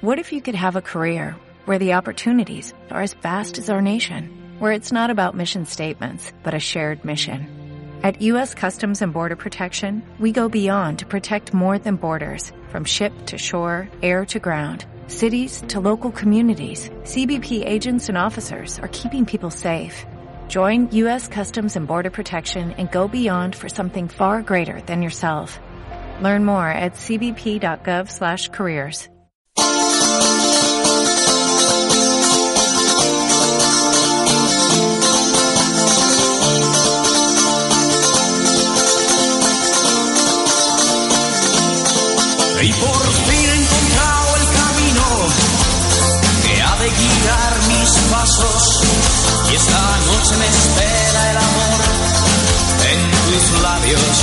What if you could have a career where the opportunities are as vast as our nation, where it's not about mission statements, but a shared mission? At U.S. Customs and Border Protection, we go beyond to protect more than borders, from ship to shore, air to ground, cities to local communities. CBP agents and officers are keeping people safe. Join U.S. Customs and Border Protection and go beyond for something far greater than yourself. Learn more at cbp.gov/careers. Y por fin he encontrado el camino que ha de guiar mis pasos. Y esta noche me espera el amor en tus labios.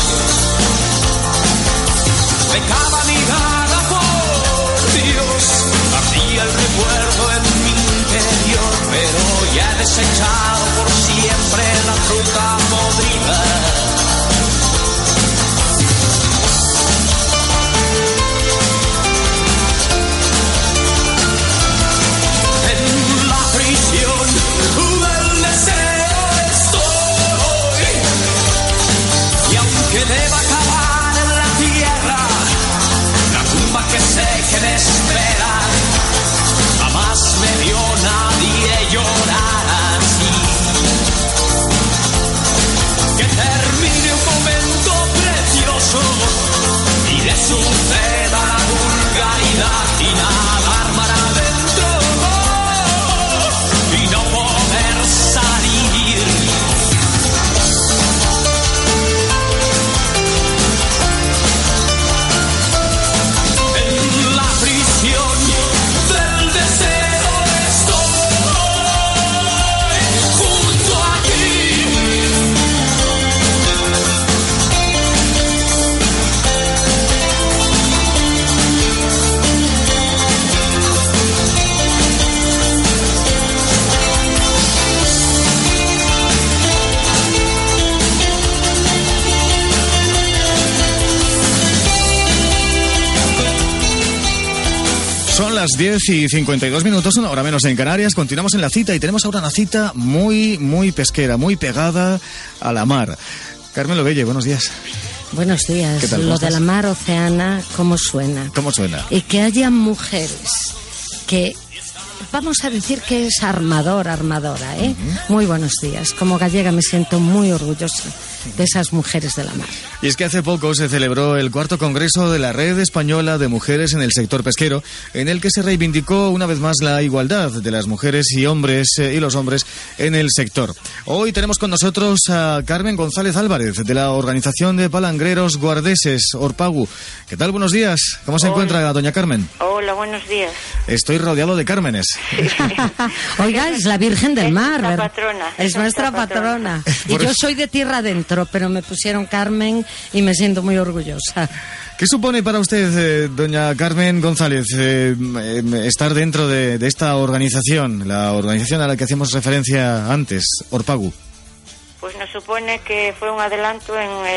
Pecaba mirada por Dios, ardía el recuerdo en mi interior, pero ya he desechado por siempre la fruta podrida. Que deba acabar en la tierra, la tumba que sé que me espera. Jamás me vio nadie llorar así. Que termine un momento precioso y le suceda la vulgaridad y nadar mar adentro y no poder salir. Son las 10:52, una hora menos en Canarias. Continuamos en la cita y tenemos ahora una cita muy pesquera, muy pegada a la mar. Carmen Lovelle, buenos días. Buenos días. ¿Qué tal? Lo de la mar Oceana, ¿cómo suena? ¿Cómo suena? Y que haya mujeres que, vamos a decir que es armadora, ¿eh? Uh-huh. Muy buenos días. Como gallega me siento muy orgullosa de esas mujeres de la mar. Y es que hace poco se celebró el 4º Congreso de la Red Española de Mujeres en el Sector Pesquero, en el que se reivindicó una vez más la igualdad de las mujeres y los hombres en el sector. Hoy tenemos con nosotros a Carmen González Álvarez, de la Organización de Palangreros Guardeses, Orpagu. ¿Qué tal? Buenos días. ¿Cómo se encuentra doña Carmen? Hola, buenos días. Estoy rodeado de Cármenes. Sí. Oiga, es la Virgen del Mar. Es nuestra patrona. Y yo soy de tierra adentro, pero me pusieron Carmen y me siento muy orgullosa. ¿Qué supone para usted, doña Carmen González, estar dentro de esta organización, la organización a la que hacíamos referencia antes, Orpagu? Pues nos supone que fue un adelanto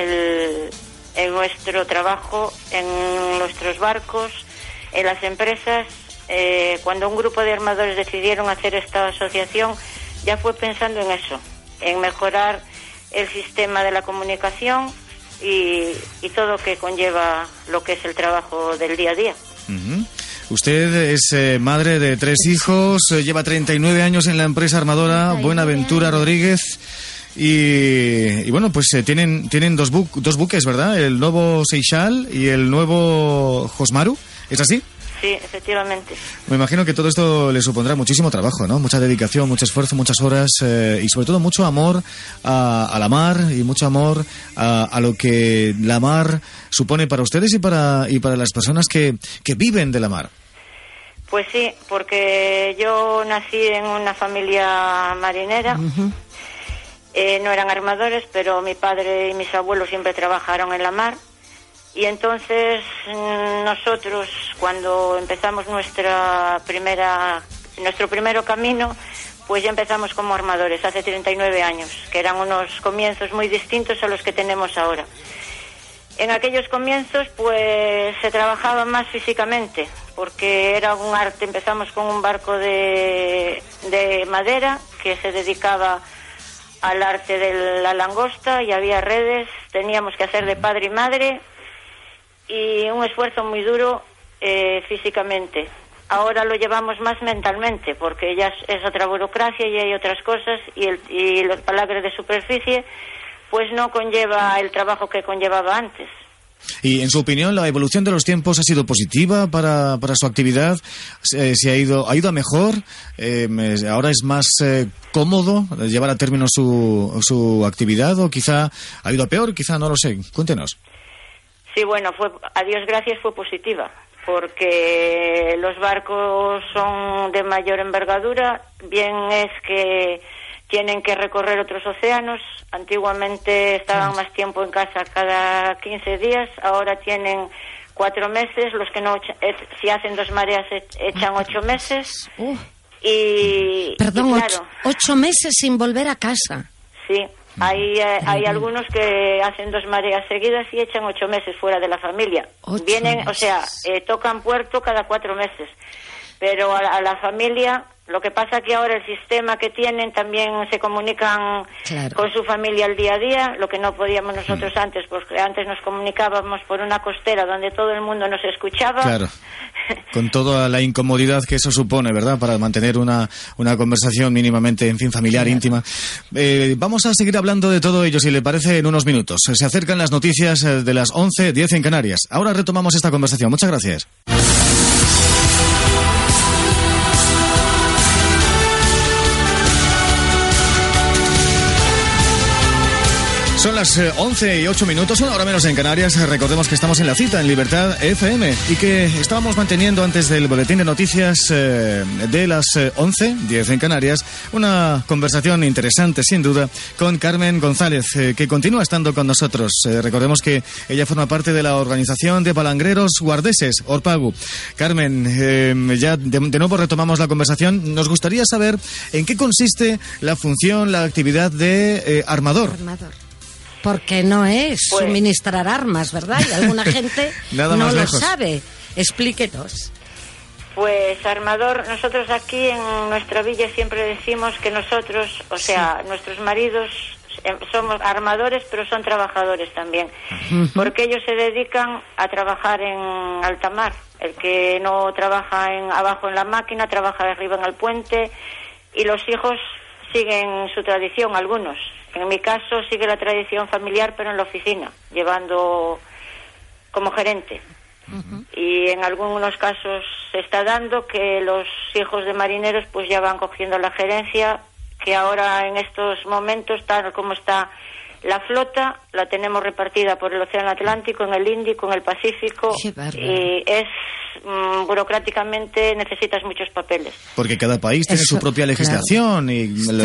en nuestro trabajo, en nuestros barcos, en las empresas. Cuando un grupo de armadores decidieron hacer esta asociación, ya fue pensando en eso, en mejorar el sistema de la comunicación y todo que conlleva lo que es el trabajo del día a día. Uh-huh. Usted es madre de 3 hijos, lleva 39 años en la empresa armadora Buenaventura Rodríguez y bueno, pues tienen dos buques, ¿verdad? El nuevo Seixal y el nuevo Josmaru, ¿es así? Sí, efectivamente. Me imagino que todo esto le supondrá muchísimo trabajo, ¿no? Mucha dedicación, mucho esfuerzo, muchas horas y sobre todo mucho amor a la mar y mucho amor a lo que la mar supone para ustedes y para las personas que viven de la mar. Pues sí, porque yo nací en una familia marinera. Uh-huh. No eran armadores, pero mi padre y mis abuelos siempre trabajaron en la mar. Y entonces nosotros, cuando empezamos nuestro primero camino, pues ya empezamos como armadores hace 39 años, que eran unos comienzos muy distintos a los que tenemos ahora. En aquellos comienzos, pues se trabajaba más físicamente, porque era un arte. Empezamos con un barco de madera que se dedicaba al arte de la langosta y había redes, teníamos que hacer de padre y madre y un esfuerzo muy duro físicamente. Ahora lo llevamos más mentalmente porque ya es otra burocracia y hay otras cosas y los palagres de superficie pues no conlleva el trabajo que conllevaba antes. Y en su opinión, ¿la evolución de los tiempos ha sido positiva para su actividad? ¿Se ha ido a mejor? ¿Ahora es más cómodo llevar a término su actividad o quizá ha ido a peor? Quizá no lo sé. Cuéntenos. Sí, bueno, a Dios gracias fue positiva, porque los barcos son de mayor envergadura, bien es que tienen que recorrer otros océanos. Antiguamente estaban más tiempo en casa, cada 15 días, ahora tienen 4 meses, los que no, si hacen 2 mareas echan 8 meses. Perdón, y claro, 8 meses sin volver a casa. Sí, hay algunos que hacen 2 mareas seguidas y echan 8 meses fuera de la familia. Vienen, meses. O sea, tocan puerto cada 4 meses, pero a la familia. Lo que pasa que ahora el sistema que tienen también se comunican con su familia al día a día, lo que no podíamos nosotros antes, porque antes nos comunicábamos por una costera donde todo el mundo nos escuchaba. Claro, con toda la incomodidad que eso supone, ¿verdad?, para mantener una conversación mínimamente, en fin, familiar, íntima. Vamos a seguir hablando de todo ello, si le parece, en unos minutos. Se acercan las noticias de las 11:10 en Canarias. Ahora retomamos esta conversación. Muchas gracias. Son las 11:08, 1 hora menos en Canarias. Recordemos que estamos en la cita en Libertad FM y que estábamos manteniendo antes del boletín de noticias de las 11:10 en Canarias una conversación interesante, sin duda, con Carmen González, que continúa estando con nosotros. Recordemos que ella forma parte de la organización de palangreros guardeses, Orpagu. Carmen, ya de nuevo retomamos la conversación. Nos gustaría saber en qué consiste la función, la actividad de armador. Porque no es suministrar armas, ¿verdad? Y alguna gente no lo sabe. Explíquenos. Pues armador, nosotros aquí en nuestra villa siempre decimos que nosotros, o sea, nuestros maridos somos armadores, pero son trabajadores también. Porque ellos se dedican a trabajar en alta mar. El que no trabaja abajo en la máquina, trabaja arriba en el puente, y los hijos siguen su tradición, algunos. En mi caso sigue la tradición familiar, pero en la oficina, llevando como gerente. Y en algunos casos se está dando que los hijos de marineros pues ya van cogiendo la gerencia, que ahora en estos momentos, tal como está la flota, la tenemos repartida por el Océano Atlántico, en el Índico, en el Pacífico, y es burocráticamente necesitas muchos papeles. Porque cada país tiene su propia legislación, y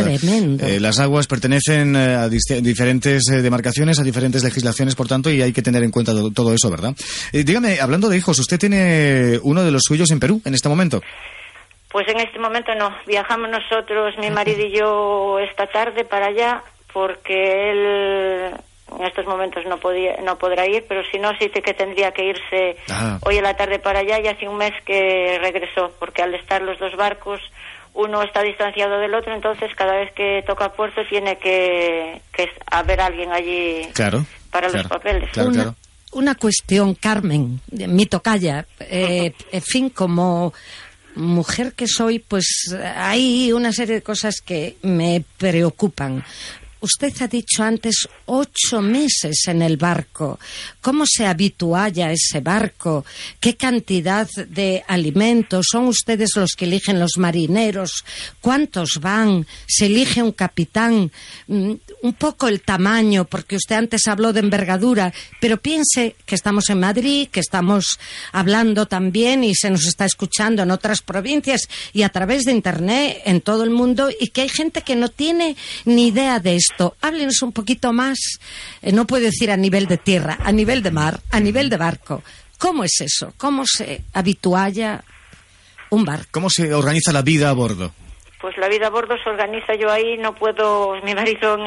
las aguas pertenecen a diferentes demarcaciones, a diferentes legislaciones, por tanto, y hay que tener en cuenta todo eso, ¿verdad? Dígame, hablando de hijos, ¿usted tiene uno de los suyos en Perú en este momento? Pues en este momento no. Viajamos nosotros, mi marido y yo, esta tarde para allá, porque él en estos momentos no podrá ir, pero si no, sí que tendría que irse hoy a la tarde para allá, y hace un mes que regresó, porque al estar los dos barcos, uno está distanciado del otro, entonces cada vez que toca puerto tiene que haber alguien allí para los papeles. Una cuestión, Carmen, mi tocaya, en fin, como mujer que soy, pues hay una serie de cosas que me preocupan. Usted ha dicho antes 8 meses en el barco. ¿Cómo se habitualla ese barco? ¿Qué cantidad de alimentos? ¿Son ustedes los que eligen los marineros? ¿Cuántos van? ¿Se elige un capitán? Un poco el tamaño, porque usted antes habló de envergadura, pero piense que estamos en Madrid, que estamos hablando también y se nos está escuchando en otras provincias y a través de Internet en todo el mundo, y que hay gente que no tiene ni idea de esto. Háblenos un poquito más, no puedo decir a nivel de tierra, a nivel de mar, a nivel de barco. ¿Cómo es eso? ¿Cómo se habitualla un barco? ¿Cómo se organiza la vida a bordo? Pues la vida a bordo se organiza, yo ahí no puedo, mi marido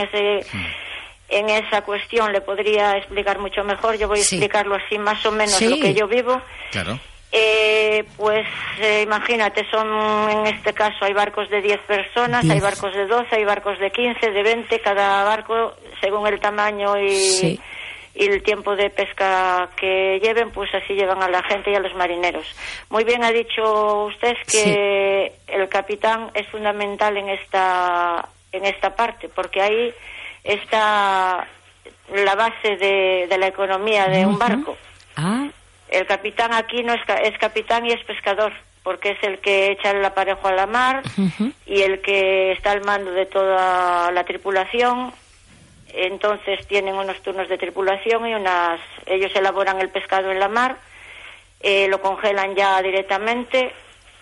en esa cuestión le podría explicar mucho mejor, yo voy a explicarlo así más o menos lo que yo vivo. Claro. Imagínate, en este caso hay barcos de 10 personas, 10. Hay barcos de 12, hay barcos de 15, de 20, cada barco según el tamaño y el tiempo de pesca que lleven, pues así llevan a la gente y a los marineros. Muy bien ha dicho usted que el capitán es fundamental en esta parte, porque ahí está la base de la economía de un barco. El capitán aquí no es capitán y es pescador, porque es el que echa el aparejo a la mar y el que está al mando de toda la tripulación. Entonces tienen unos turnos de tripulación y ellos elaboran el pescado en la mar, lo congelan ya directamente,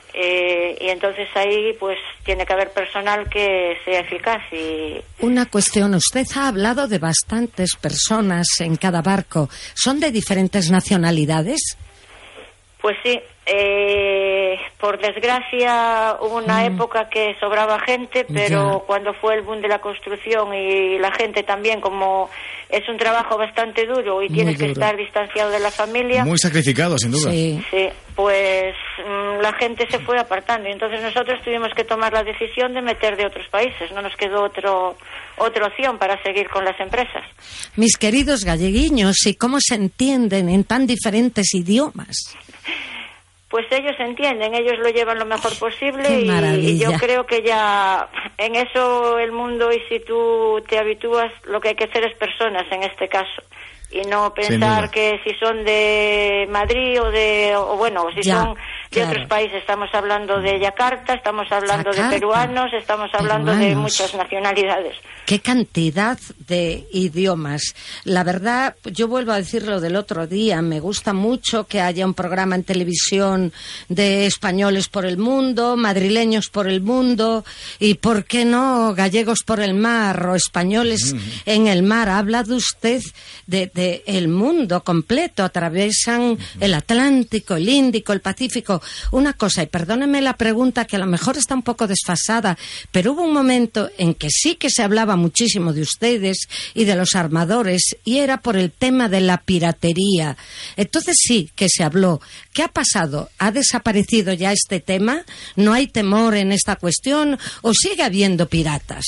y entonces ahí pues tiene que haber personal que sea eficaz. Una cuestión, usted ha hablado de bastantes personas en cada barco, ¿son de diferentes nacionalidades? Pues sí, por desgracia hubo una época que sobraba gente, pero cuando fue el boom de la construcción y la gente también, como es un trabajo bastante duro y tienes que estar distanciado de la familia. Muy sacrificado, sin duda. Sí, pues la gente se fue apartando y entonces nosotros tuvimos que tomar la decisión de meter de otros países, no nos quedó otra opción para seguir con las empresas. Mis queridos galleguiños, ¿y cómo se entienden en tan diferentes idiomas? Pues ellos entienden, ellos lo llevan lo mejor posible y yo creo que ya en eso el mundo, y si tú te habitúas, lo que hay que hacer es personas en este caso y no pensar que si son de Madrid o si son de otros países. Estamos hablando de Yakarta, estamos hablando de peruanos, estamos hablando de muchas nacionalidades. ¡Qué cantidad de idiomas! La verdad, yo vuelvo a decir lo del otro día, me gusta mucho que haya un programa en televisión de españoles por el mundo, madrileños por el mundo y, ¿por qué no, gallegos por el mar o españoles en el mar? Ha hablado usted de el mundo completo, atravesan el Atlántico, el Índico, el Pacífico. Una cosa, y perdóneme la pregunta que a lo mejor está un poco desfasada, pero hubo un momento en que sí que se hablaba muchísimo de ustedes y de los armadores, y era por el tema de la piratería. Entonces sí que se habló. ¿Qué ha pasado? ¿Ha desaparecido ya este tema? ¿No hay temor en esta cuestión o sigue habiendo piratas?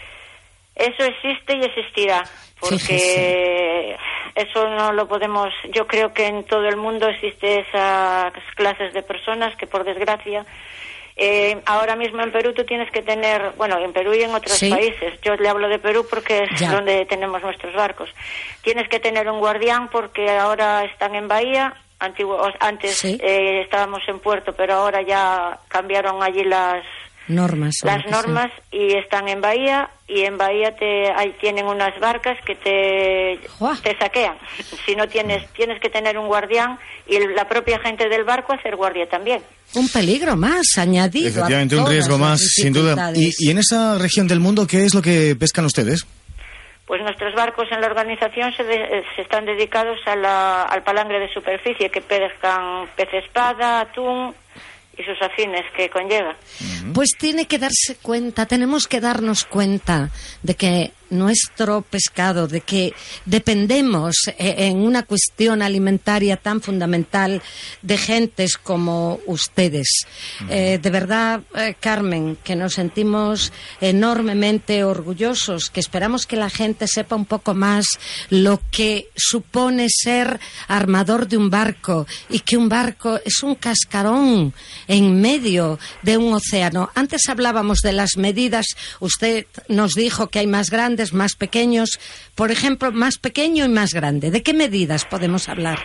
Eso existe y existirá, porque eso no lo podemos. Yo creo que en todo el mundo existe esas clases de personas que, por desgracia, ahora mismo en Perú tú tienes que tener, en Perú y en otros países, yo le hablo de Perú porque es donde tenemos nuestros barcos, tienes que tener un guardián porque ahora están en Bahía. Antes estábamos en puerto, pero ahora ya cambiaron allí las normas y están en Bahía, y en Bahía ahí tienen unas barcas que te saquean. Si no tienes que tener un guardián y la propia gente del barco hacer guardia también. Un peligro más añadido. Efectivamente, un riesgo más, sin duda. ¿Y en esa región del mundo qué es lo que pescan ustedes? Pues nuestros barcos en la organización se están dedicados al palangre de superficie, que pescan pez espada, atún y sus afines que conlleva. Pues tiene que darse cuenta, tenemos que darnos cuenta de que nuestro pescado, de que dependemos en una cuestión alimentaria tan fundamental de gentes como ustedes. De verdad, Carmen, que nos sentimos enormemente orgullosos, que esperamos que la gente sepa un poco más lo que supone ser armador de un barco, y que un barco es un cascarón en medio de un océano. Antes hablábamos de las medidas, usted nos dijo que hay más grandes, más pequeños, por ejemplo, más pequeño y más grande. ¿De qué medidas podemos hablar?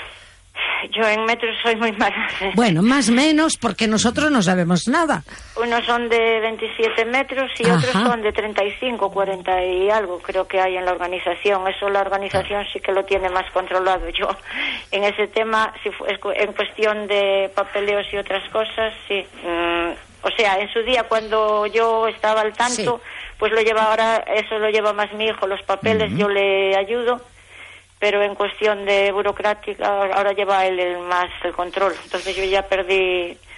Yo en metros soy muy mala. Bueno, más o menos, porque nosotros no sabemos nada. Unos son de 27 metros y otros son de 35, 40 y algo, creo que hay en la organización. Eso la organización sí que lo tiene más controlado. Yo, en ese tema, si en cuestión de papeleos y otras cosas, sí. O sea, en su día, cuando yo estaba al tanto, pues eso lo lleva más mi hijo, los papeles, yo le ayudo, pero en cuestión de burocrática, ahora lleva él más el control. Entonces yo ya perdí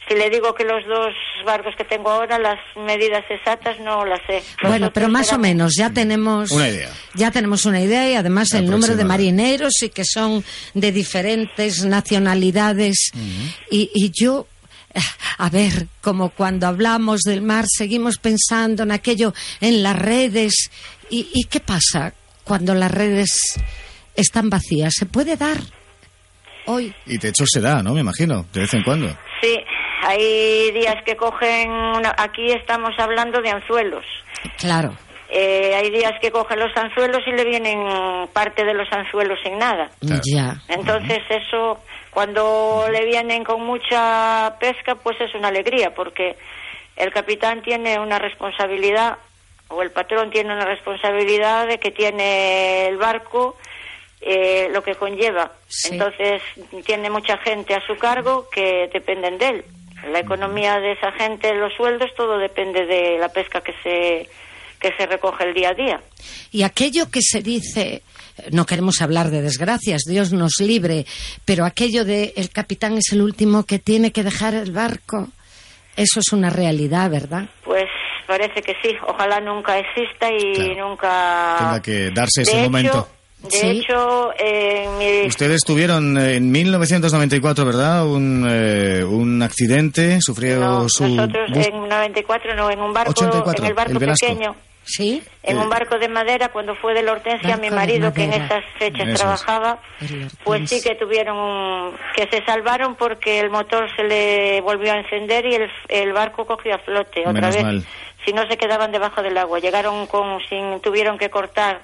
Si le digo que los 2 barcos que tengo ahora, las medidas exactas no las sé. Bueno, pero más o menos ya tenemos una idea. Ya tenemos una idea, y además el número de marineros, y que son de diferentes nacionalidades. Y yo, a ver, como cuando hablamos del mar, seguimos pensando en aquello, en las redes. ¿Y qué pasa cuando las redes están vacías? ¿Se puede dar hoy? Y de hecho se da, ¿no? Me imagino, de vez en cuando. Sí, hay días que cogen... Aquí estamos hablando de anzuelos. Claro. Hay días que cogen los anzuelos y le vienen parte de los anzuelos sin nada. Claro. Ya. Entonces eso, cuando le vienen con mucha pesca, pues es una alegría, porque el capitán tiene una responsabilidad, o el patrón tiene una responsabilidad de que tiene el barco, lo que conlleva. Sí. Entonces tiene mucha gente a su cargo que dependen de él. La economía de esa gente, los sueldos, todo depende de la pesca que se recoge el día a día. Y aquello que se dice, no queremos hablar de desgracias, Dios nos libre, pero aquello de el capitán es el último que tiene que dejar el barco, eso es una realidad, ¿verdad? Pues parece que sí, ojalá nunca exista y nunca... Tenga que darse ese momento. De hecho, Ustedes tuvieron en 1994, ¿verdad? Un accidente, sufrió nosotros en 94 no, en un barco, 84, en el barco pequeño. Sí. En un barco de madera, cuando fue de la Hortensia, mi marido, que en esas fechas trabajaba, pues sí que tuvieron, que se salvaron porque el motor se le volvió a encender y el barco cogió a flote otra vez. Mal. Si no, se quedaban debajo del agua. Llegaron tuvieron que cortar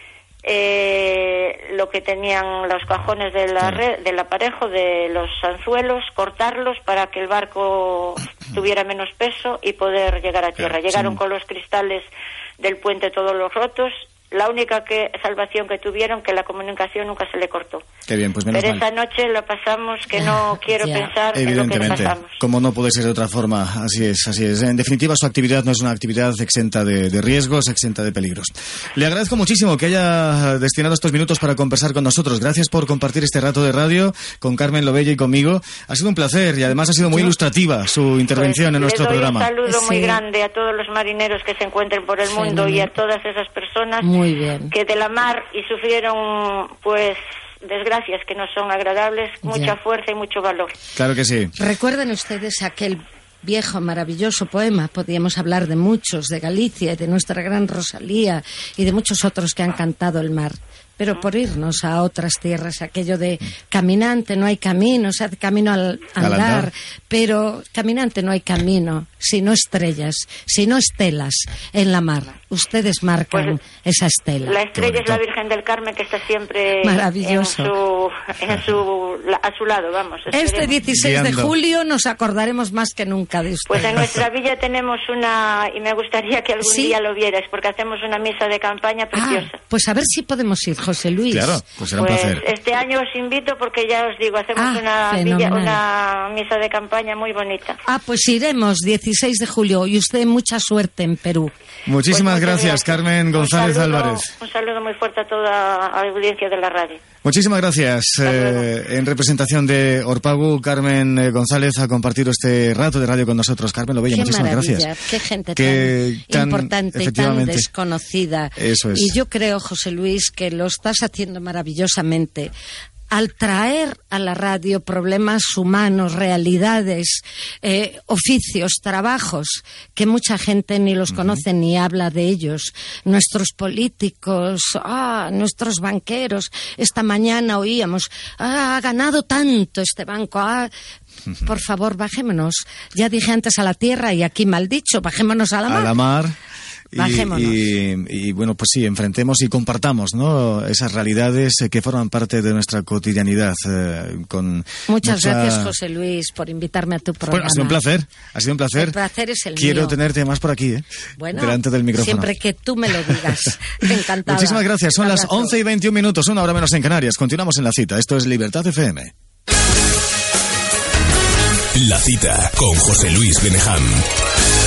lo que tenían los cajones de la red, del aparejo, de los anzuelos, cortarlos para que el barco tuviera menos peso y poder llegar a tierra. Llegaron con los cristales del puente todos los rotos. La única salvación que tuvieron, que la comunicación nunca se le cortó. Qué bien, pues menos Pero mal. esa noche la pasamos que no quiero pensar en lo que pasamos. Como no puede ser de otra forma, así es, así es. En definitiva, su actividad no es una actividad exenta de riesgos, exenta de peligros. Le agradezco muchísimo que haya destinado estos minutos para conversar con nosotros. Gracias por compartir este rato de radio con Carmen Lobella y conmigo. Ha sido un placer y además ha sido muy ilustrativa su intervención en nuestro programa. Un saludo muy grande a todos los marineros que se encuentren por el mundo y a todas esas personas muy bien, que de la mar y sufrieron, pues, desgracias que no son agradables, mucha fuerza y mucho valor. Claro que sí. Recuerden ustedes aquel viejo, maravilloso poema, podríamos hablar de muchos, de Galicia y de nuestra gran Rosalía y de muchos otros que han cantado el mar. Pero por irnos a otras tierras, aquello de caminante no hay camino, se hace camino al andar, pero caminante no hay camino, sino estrellas, sino estelas en la mar. Ustedes marcan esa estela. La estrella es la Virgen del Carmen, que está siempre maravilloso a su lado, vamos. Este 16 de julio nos acordaremos más que nunca de usted. Pues en nuestra villa tenemos y me gustaría que algún día lo vieras, porque hacemos una misa de campaña preciosa. Pues a ver si podemos ir, José Luis. Claro, pues será un placer. Este año os invito porque ya os digo, hacemos una misa de campaña muy bonita. Pues iremos 16 de julio y usted mucha suerte en Perú. Muchísimas gracias, Carmen González Álvarez. Un saludo muy fuerte a toda la audiencia de la radio. Muchísimas gracias. En representación de Orpagu, Carmen González ha compartido este rato de radio con nosotros. Carmen Lobella, muchísimas gracias. Qué gente tan importante y tan desconocida. Eso es. Y yo creo, José Luis, que lo estás haciendo maravillosamente. Al traer a la radio problemas humanos, realidades, oficios, trabajos, que mucha gente ni los conoce ni habla de ellos. Nuestros políticos, nuestros banqueros. Esta mañana oíamos, ha ganado tanto este banco, por favor, bajémonos. Ya dije antes a la tierra y aquí mal dicho, bajémonos a la mar. A la mar. Bajémonos. Y bueno, pues sí, enfrentemos y compartamos, ¿no?, esas realidades que forman parte de nuestra cotidianidad. Muchas gracias, José Luis, por invitarme a tu programa. Bueno, ha sido un placer. El placer es el mío. Quiero tenerte más por aquí, delante del micrófono. Siempre que tú me lo digas. Encantada. Muchísimas gracias. Son las 11:21, 1 hora menos en Canarias. Continuamos en La Cita. Esto es Libertad FM. La Cita con José Luis Benejam.